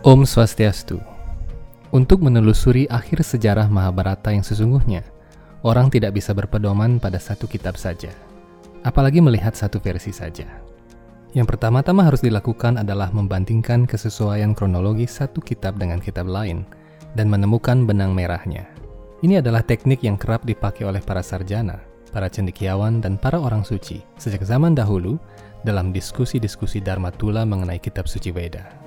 Om Swastiastu. Untuk menelusuri akhir sejarah Mahabharata yang sesungguhnya, orang tidak bisa berpedoman pada satu kitab saja, apalagi melihat satu versi saja. Yang pertama-tama harus dilakukan adalah membandingkan kesesuaian kronologi satu kitab dengan kitab lain dan menemukan benang merahnya. Ini adalah teknik yang kerap dipakai oleh para sarjana, para cendekiawan, dan para orang suci sejak zaman dahulu dalam diskusi-diskusi Dharma Tula mengenai kitab suci Weda.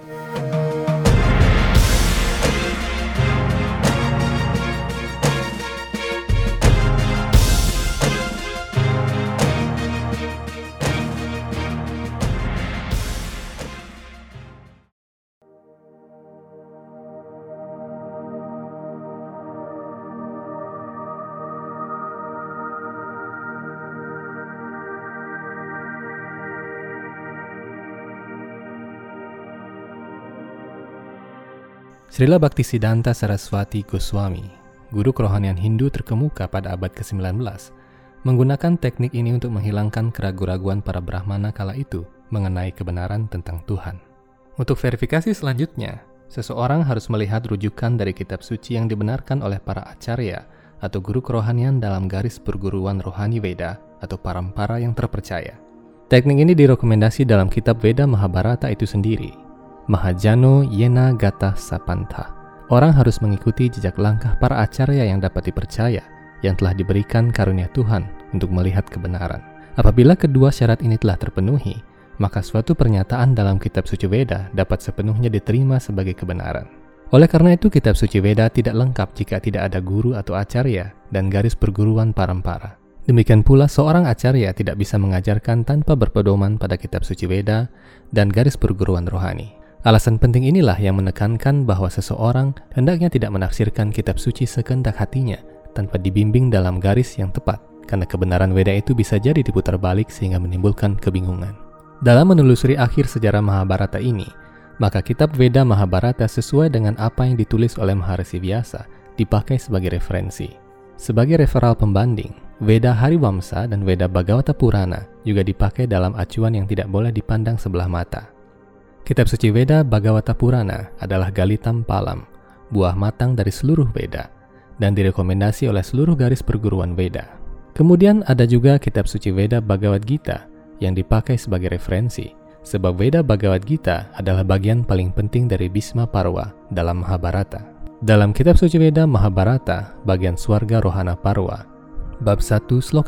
Srila Bhaktisiddhanta Saraswati Goswami, guru kerohanian Hindu terkemuka pada abad ke-19, menggunakan teknik ini untuk menghilangkan keraguan-raguan para Brahmana kala itu mengenai kebenaran tentang Tuhan. Untuk verifikasi selanjutnya, seseorang harus melihat rujukan dari kitab suci yang dibenarkan oleh para acarya atau guru kerohanian dalam garis perguruan rohani Weda atau parampara yang terpercaya. Teknik ini direkomendasi dalam kitab Weda Mahabharata itu sendiri, Mahajano Yena Gata Sapantha. Orang harus mengikuti jejak langkah para acarya yang dapat dipercaya, yang telah diberikan karunia Tuhan untuk melihat kebenaran. Apabila kedua syarat ini telah terpenuhi, maka suatu pernyataan dalam kitab suci Weda dapat sepenuhnya diterima sebagai kebenaran. Oleh karena itu, kitab suci Weda tidak lengkap jika tidak ada guru atau acarya dan garis perguruan parampara. Demikian pula seorang acarya tidak bisa mengajarkan tanpa berpedoman pada kitab suci Weda dan garis perguruan rohani. Alasan penting inilah yang menekankan bahwa seseorang hendaknya tidak menafsirkan kitab suci sekehendak hatinya tanpa dibimbing dalam garis yang tepat, karena kebenaran Weda itu bisa jadi diputar balik sehingga menimbulkan kebingungan. Dalam menelusuri akhir sejarah Mahabharata ini, maka kitab Weda Mahabharata sesuai dengan apa yang ditulis oleh Maharshi Vyasa dipakai sebagai referensi. Sebagai referal pembanding, Weda Hariwamsa dan Weda Bhagavata Purana juga dipakai dalam acuan yang tidak boleh dipandang sebelah mata. Kitab suci Weda Bhagavata Purana adalah galitam palam, buah matang dari seluruh Weda, dan direkomendasi oleh seluruh garis perguruan Weda. Kemudian ada juga kitab suci Weda Bhagavad Gita yang dipakai sebagai referensi, sebab Weda Bhagavad Gita adalah bagian paling penting dari Bhisma Parva dalam Mahabharata. Dalam kitab suci Weda Mahabharata, bagian Swarga Rohana Parva, bab 1 sloka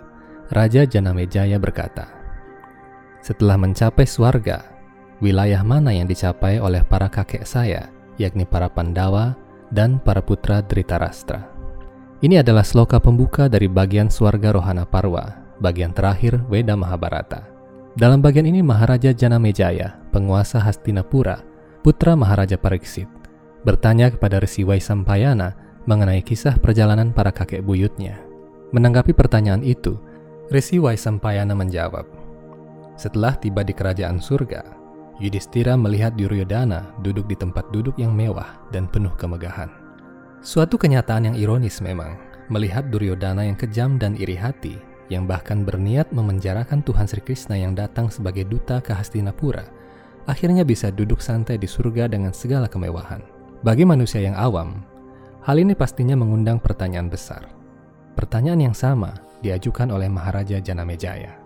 1, Raja Janamejaya berkata, "Setelah mencapai Swarga, wilayah mana yang dicapai oleh para kakek saya, yakni para Pandawa dan para putra Dhritarashtra?" Ini adalah sloka pembuka dari bagian Swarga Rohana Parva, bagian terakhir Weda Mahabharata. Dalam bagian ini Maharaja Janamejaya, penguasa Hastinapura, putra Maharaja Pariksit, bertanya kepada Resi Vaisampayana mengenai kisah perjalanan para kakek buyutnya. Menanggapi pertanyaan itu, Resi Vaisampayana menjawab, "Setelah tiba di kerajaan surga, Yudhistira melihat Duryodhana duduk di tempat duduk yang mewah dan penuh kemegahan." Suatu kenyataan yang ironis memang, melihat Duryodhana yang kejam dan iri hati, yang bahkan berniat memenjarakan Tuhan Sri Krishna yang datang sebagai duta ke Hastinapura, akhirnya bisa duduk santai di surga dengan segala kemewahan. Bagi manusia yang awam, hal ini pastinya mengundang pertanyaan besar. Pertanyaan yang sama diajukan oleh Maharaja Janamejaya.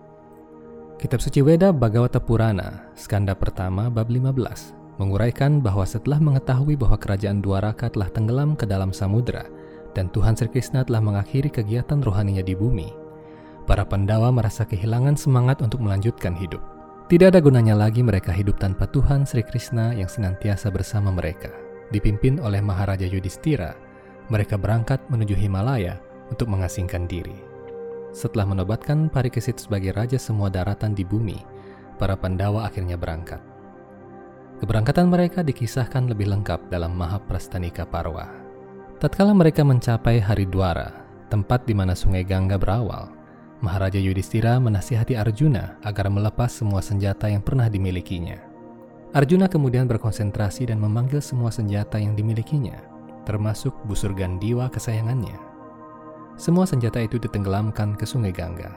Kitab suci Weda Bhagavata Purana, skanda pertama bab 15, menguraikan bahwa setelah mengetahui bahwa kerajaan Dwaraka telah tenggelam ke dalam samudera dan Tuhan Sri Krishna telah mengakhiri kegiatan rohaninya di bumi, para Pandawa merasa kehilangan semangat untuk melanjutkan hidup. Tidak ada gunanya lagi mereka hidup tanpa Tuhan Sri Krishna yang senantiasa bersama mereka. Dipimpin oleh Maharaja Yudhistira, mereka berangkat menuju Himalaya untuk mengasingkan diri. Setelah menobatkan Parikesit sebagai raja semua daratan di bumi, para Pandawa akhirnya berangkat. Keberangkatan mereka dikisahkan lebih lengkap dalam Mahaprastanika Parva. Tatkala mereka mencapai Haridwara, tempat di mana sungai Gangga berawal, Maharaja Yudhistira menasihati Arjuna agar melepas semua senjata yang pernah dimilikinya. Arjuna kemudian berkonsentrasi dan memanggil semua senjata yang dimilikinya, termasuk busur Gandiwa kesayangannya. Semua senjata itu ditenggelamkan ke sungai Gangga.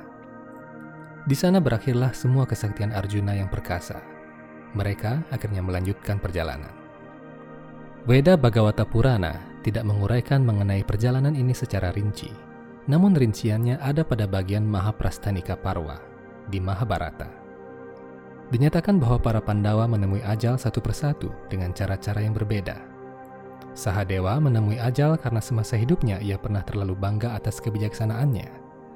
Di sana berakhirlah semua kesaktian Arjuna yang perkasa. Mereka akhirnya melanjutkan perjalanan. Veda Bhagavata Purana tidak menguraikan mengenai perjalanan ini secara rinci, namun rinciannya ada pada bagian Mahaprasthanika Parva di Mahabharata. Dinyatakan bahwa para Pandawa menemui ajal satu persatu dengan cara-cara yang berbeda. Sahadewa menemui ajal karena semasa hidupnya ia pernah terlalu bangga atas kebijaksanaannya.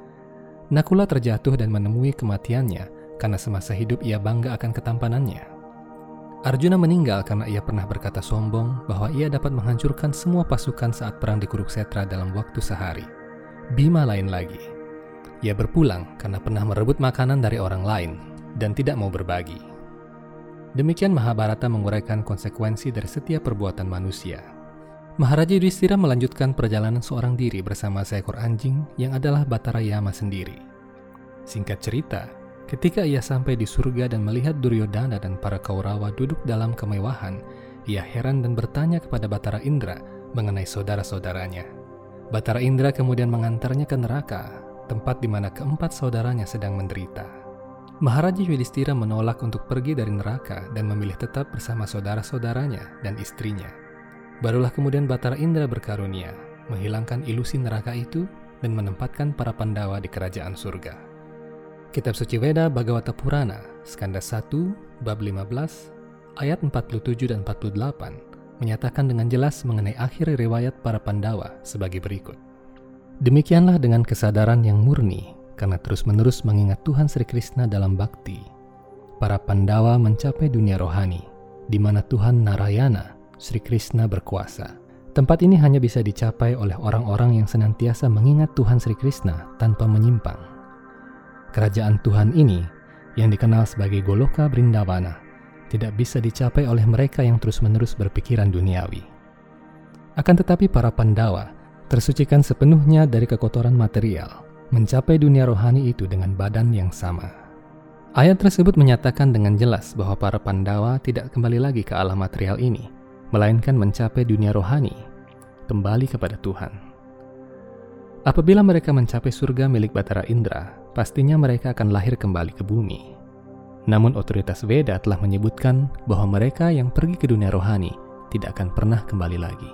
Nakula terjatuh dan menemui kematiannya karena semasa hidup ia bangga akan ketampanannya. Arjuna meninggal karena ia pernah berkata sombong bahwa ia dapat menghancurkan semua pasukan saat perang di Kuruksetra dalam waktu sehari. Bima lain lagi. Ia berpulang karena pernah merebut makanan dari orang lain dan tidak mau berbagi. Demikian Mahabharata menguraikan konsekuensi dari setiap perbuatan manusia. Maharaja Yudhishthira melanjutkan perjalanan seorang diri bersama seekor anjing yang adalah Batara Yama sendiri. Singkat cerita, ketika ia sampai di surga dan melihat Duryodhana dan para Kaurawa duduk dalam kemewahan, ia heran dan bertanya kepada Batara Indra mengenai saudara-saudaranya. Batara Indra kemudian mengantarnya ke neraka, tempat di mana keempat saudaranya sedang menderita. Maharaja Yudhishthira menolak untuk pergi dari neraka dan memilih tetap bersama saudara-saudaranya dan istrinya. Barulah kemudian Batara Indra berkarunia, menghilangkan ilusi neraka itu dan menempatkan para Pandawa di kerajaan surga. Kitab Suci Veda Bhagavata Purana, Skanda 1, Bab 15, ayat 47 dan 48, menyatakan dengan jelas mengenai akhir riwayat para Pandawa sebagai berikut. Demikianlah dengan kesadaran yang murni, karena terus-menerus mengingat Tuhan Sri Krishna dalam bakti, para Pandawa mencapai dunia rohani, di mana Tuhan Narayana, Sri Krishna berkuasa. Tempat ini hanya bisa dicapai oleh orang-orang yang senantiasa mengingat Tuhan Sri Krishna tanpa menyimpang. Kerajaan Tuhan ini, yang dikenal sebagai Goloka Brindavana, tidak bisa dicapai oleh mereka yang terus-menerus berpikiran duniawi. Akan tetapi para Pandawa tersucikan sepenuhnya dari kekotoran material, mencapai dunia rohani itu dengan badan yang sama. Ayat tersebut menyatakan dengan jelas bahwa para Pandawa tidak kembali lagi ke alam material ini, melainkan mencapai dunia rohani, kembali kepada Tuhan. Apabila mereka mencapai surga milik Batara Indra, pastinya mereka akan lahir kembali ke bumi. Namun otoritas Veda telah menyebutkan bahwa mereka yang pergi ke dunia rohani tidak akan pernah kembali lagi.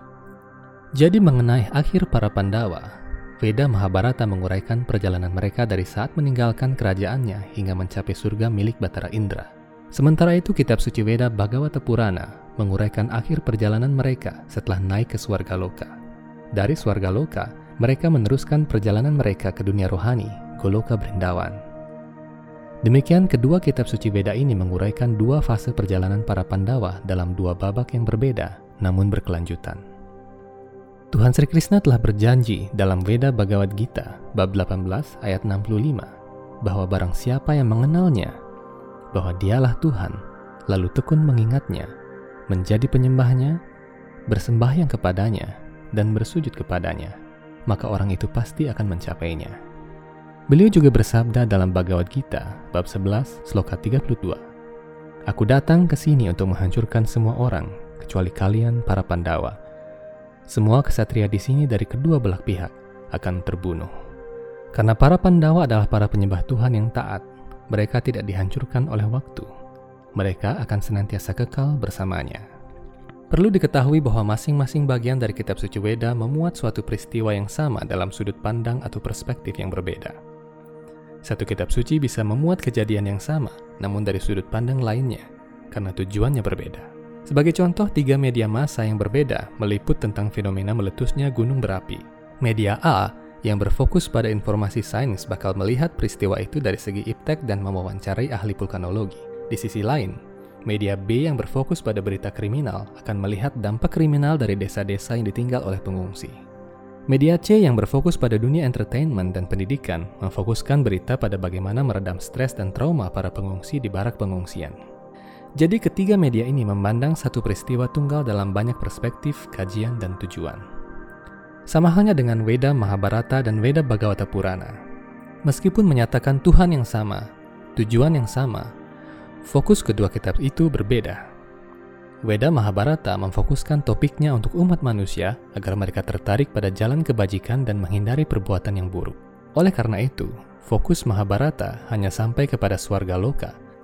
Jadi mengenai akhir para Pandawa, Veda Mahabharata menguraikan perjalanan mereka dari saat meninggalkan kerajaannya hingga mencapai surga milik Batara Indra. Sementara itu kitab suci Veda Bhagavata Purana menguraikan akhir perjalanan mereka setelah naik ke Swargaloka. Dari Swargaloka, mereka meneruskan perjalanan mereka ke dunia rohani, Goloka Brindavan. Demikian kedua kitab suci Veda ini menguraikan dua fase perjalanan para Pandawa dalam dua babak yang berbeda, namun berkelanjutan. Tuhan Sri Krishna telah berjanji dalam Veda Bhagavad Gita, bab 18 ayat 65, bahwa barang siapa yang mengenalnya, bahwa dialah Tuhan, lalu tekun mengingatnya, menjadi penyembahnya, bersembahyang kepadanya, dan bersujud kepadanya, maka orang itu pasti akan mencapainya. Beliau juga bersabda dalam Bhagavad Gita, bab 11, sloka 32, Aku datang ke sini untuk menghancurkan semua orang, kecuali kalian para Pandawa. Semua kesatria di sini dari kedua belah pihak akan terbunuh. Karena para Pandawa adalah para penyembah Tuhan yang taat, mereka tidak dihancurkan oleh waktu. Mereka akan senantiasa kekal bersamanya. Perlu diketahui bahwa masing-masing bagian dari kitab suci Veda memuat suatu peristiwa yang sama dalam sudut pandang atau perspektif yang berbeda. Satu kitab suci bisa memuat kejadian yang sama, namun dari sudut pandang lainnya, karena tujuannya berbeda. Sebagai contoh, 3 media massa yang berbeda meliput tentang fenomena meletusnya gunung berapi. Media A yang berfokus pada informasi sains bakal melihat peristiwa itu dari segi iptek dan mewawancarai ahli vulkanologi. Di sisi lain, media B yang berfokus pada berita kriminal akan melihat dampak kriminal dari desa-desa yang ditinggal oleh pengungsi. Media C yang berfokus pada dunia entertainment dan pendidikan memfokuskan berita pada bagaimana meredam stres dan trauma para pengungsi di barak pengungsian. Jadi ketiga media ini memandang satu peristiwa tunggal dalam banyak perspektif, kajian, dan tujuan. Sama halnya dengan Veda Mahabharata dan Veda Bhagavata Purana. Meskipun menyatakan Tuhan yang sama, tujuan yang sama, fokus kedua kitab itu berbeda. Veda Mahabharata memfokuskan topiknya untuk umat manusia agar mereka tertarik pada jalan kebajikan dan menghindari perbuatan yang buruk. Oleh karena itu, fokus Mahabharata hanya sampai kepada Swargaloka,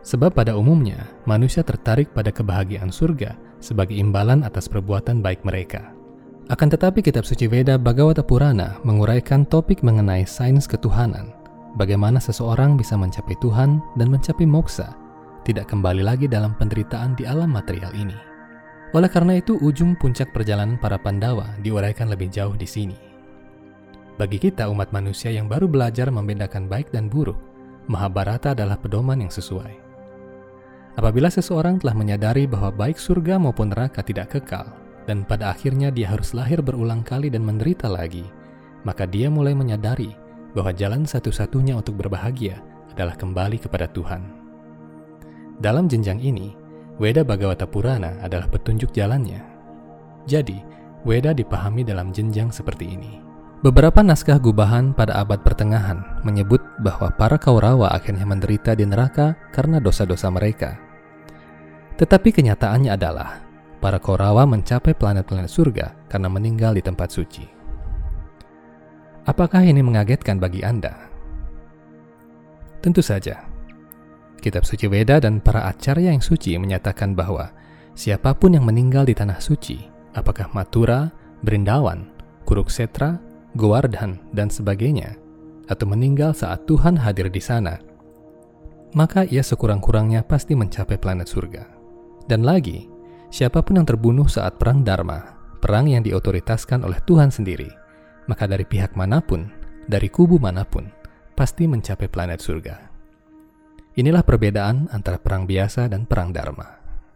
Sebab pada umumnya, manusia tertarik pada kebahagiaan surga sebagai imbalan atas perbuatan baik mereka. Akan tetapi kitab suci Veda Bhagavata Purana menguraikan topik mengenai sains ketuhanan, bagaimana seseorang bisa mencapai Tuhan dan mencapai moksa, tidak kembali lagi dalam penderitaan di alam material ini. Oleh karena itu, ujung puncak perjalanan para Pandawa diuraikan lebih jauh di sini. Bagi kita umat manusia yang baru belajar membedakan baik dan buruk, Mahabharata adalah pedoman yang sesuai. Apabila seseorang telah menyadari bahwa baik surga maupun neraka tidak kekal, dan pada akhirnya dia harus lahir berulang kali dan menderita lagi, maka dia mulai menyadari bahwa jalan satu-satunya untuk berbahagia adalah kembali kepada Tuhan. Dalam jenjang ini, Veda Bhagavata Purana adalah petunjuk jalannya. Jadi, Veda dipahami dalam jenjang seperti ini. Beberapa naskah gubahan pada abad pertengahan menyebut bahwa para Kaurawa akhirnya menderita di neraka karena dosa-dosa mereka. Tetapi kenyataannya adalah para Kaurawa mencapai planet-planet surga karena meninggal di tempat suci. Apakah ini mengagetkan bagi Anda? Tentu saja. Kitab suci Veda dan para acarya yang suci menyatakan bahwa siapapun yang meninggal di tanah suci, apakah Mathura, Brindawan, Kuruksetra, Govardhan, dan sebagainya, atau meninggal saat Tuhan hadir di sana, maka ia sekurang-kurangnya pasti mencapai planet surga. Dan lagi, siapapun yang terbunuh saat perang Dharma, perang yang diotoritaskan oleh Tuhan sendiri, maka dari pihak manapun, dari kubu manapun, pasti mencapai planet surga. Inilah perbedaan antara perang biasa dan perang Dharma.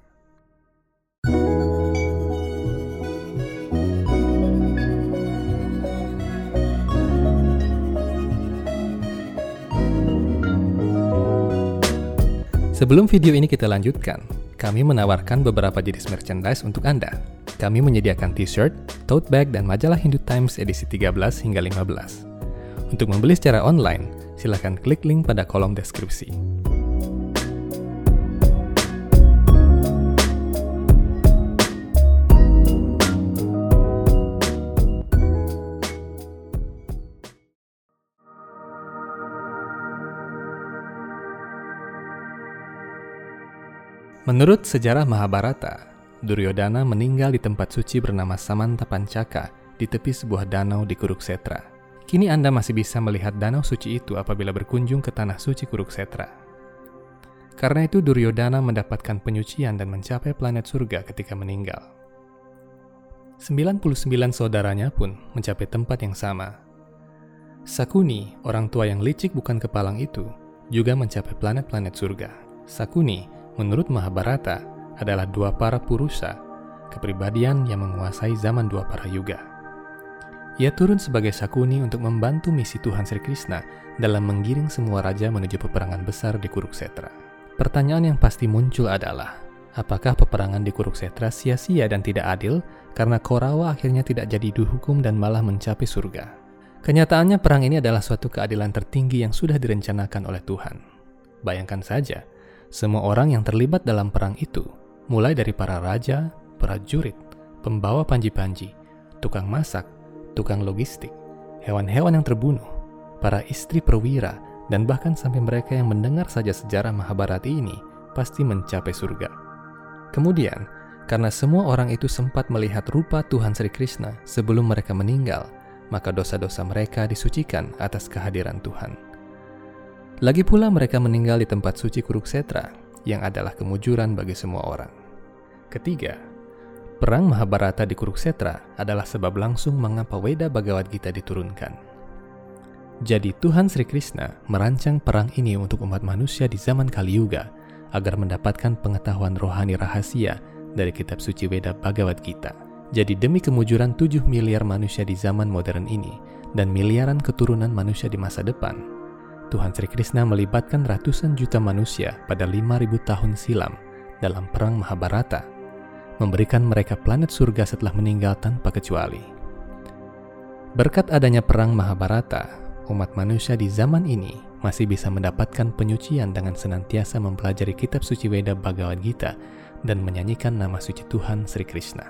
Sebelum video ini kita lanjutkan, kami menawarkan beberapa jenis merchandise untuk Anda. Kami menyediakan t-shirt, tote bag, dan majalah Hindu Times edisi 13 hingga 15. Untuk membeli secara online, silakan klik link pada kolom deskripsi. Menurut sejarah Mahabharata, Duryodhana meninggal di tempat suci bernama Samanta Pancaka di tepi sebuah danau di Kuruksetra. Kini Anda masih bisa melihat danau suci itu apabila berkunjung ke tanah suci Kuruksetra. Karena itu Duryodhana mendapatkan penyucian dan mencapai planet surga ketika meninggal. 99 saudaranya pun mencapai tempat yang sama. Sakuni, orang tua yang licik bukan kepalang itu, juga mencapai planet-planet surga. Sakuni, menurut Mahabharata, adalah dua para purusa, kepribadian yang menguasai zaman dua para yuga. Ia turun sebagai Sakuni untuk membantu misi Tuhan Sri Krishna dalam menggiring semua raja menuju peperangan besar di Kuruksetra. Pertanyaan yang pasti muncul adalah, apakah peperangan di Kuruksetra sia-sia dan tidak adil karena Kaurawa akhirnya tidak jadi dihukum dan malah mencapai surga? Kenyataannya perang ini adalah suatu keadilan tertinggi yang sudah direncanakan oleh Tuhan. Bayangkan saja, semua orang yang terlibat dalam perang itu, mulai dari para raja, prajurit, pembawa panji-panji, tukang masak, tukang logistik, hewan-hewan yang terbunuh, para istri perwira, dan bahkan sampai mereka yang mendengar saja sejarah Mahabharata ini pasti mencapai surga. Kemudian, karena semua orang itu sempat melihat rupa Tuhan Sri Krishna sebelum mereka meninggal, maka dosa-dosa mereka disucikan atas kehadiran Tuhan. Lagi pula mereka meninggal di tempat suci Kuruksetra, yang adalah kemujuran bagi semua orang. Ketiga, perang Mahabharata di Kuruksetra adalah sebab langsung mengapa Veda Bhagavad Gita diturunkan. Jadi Tuhan Sri Krishna merancang perang ini untuk umat manusia di zaman Kali Yuga, agar mendapatkan pengetahuan rohani rahasia dari kitab suci Veda Bhagavad Gita. Jadi demi kemujuran 7 miliar manusia di zaman modern ini, dan miliaran keturunan manusia di masa depan, Tuhan Sri Krishna melibatkan ratusan juta manusia pada 5.000 tahun silam dalam perang Mahabharata, memberikan mereka planet surga setelah meninggal tanpa kecuali. Berkat adanya perang Mahabharata, umat manusia di zaman ini masih bisa mendapatkan penyucian dengan senantiasa mempelajari kitab suci Veda Bhagavad Gita dan menyanyikan nama suci Tuhan Sri Krishna.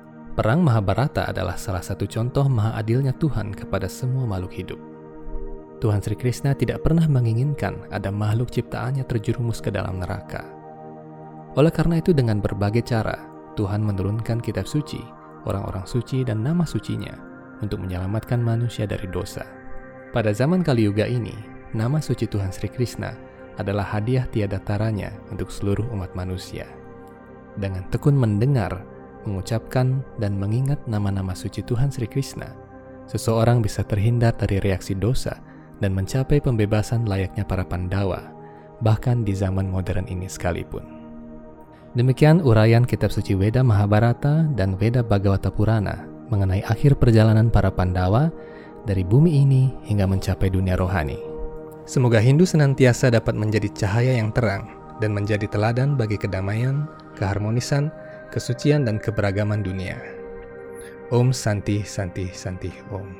Perang Mahabharata adalah salah satu contoh maha adilnya Tuhan kepada semua makhluk hidup. Tuhan Sri Krishna tidak pernah menginginkan ada makhluk ciptaannya terjerumus ke dalam neraka. Oleh karena itu, dengan berbagai cara, Tuhan menurunkan kitab suci, orang-orang suci, dan nama sucinya untuk menyelamatkan manusia dari dosa. Pada zaman Kali Yuga ini, nama suci Tuhan Sri Krishna adalah hadiah tiada taranya untuk seluruh umat manusia. Dengan tekun mendengar, mengucapkan, dan mengingat nama-nama suci Tuhan Sri Krishna, seseorang bisa terhindar dari reaksi dosa dan mencapai pembebasan layaknya para Pandawa, bahkan di zaman modern ini sekalipun. Demikian uraian kitab suci Weda Mahabharata dan Weda Bhagavata Purana mengenai akhir perjalanan para Pandawa dari bumi ini hingga mencapai dunia rohani. Semoga Hindu senantiasa dapat menjadi cahaya yang terang dan menjadi teladan bagi kedamaian, keharmonisan, kesucian, dan keberagaman dunia. Om Santi Santi Santi Om.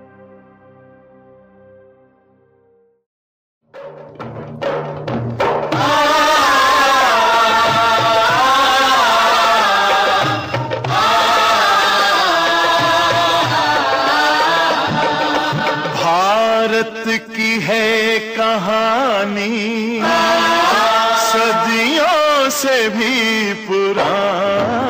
भारत की है कहानी सदियों से भी पुरानी।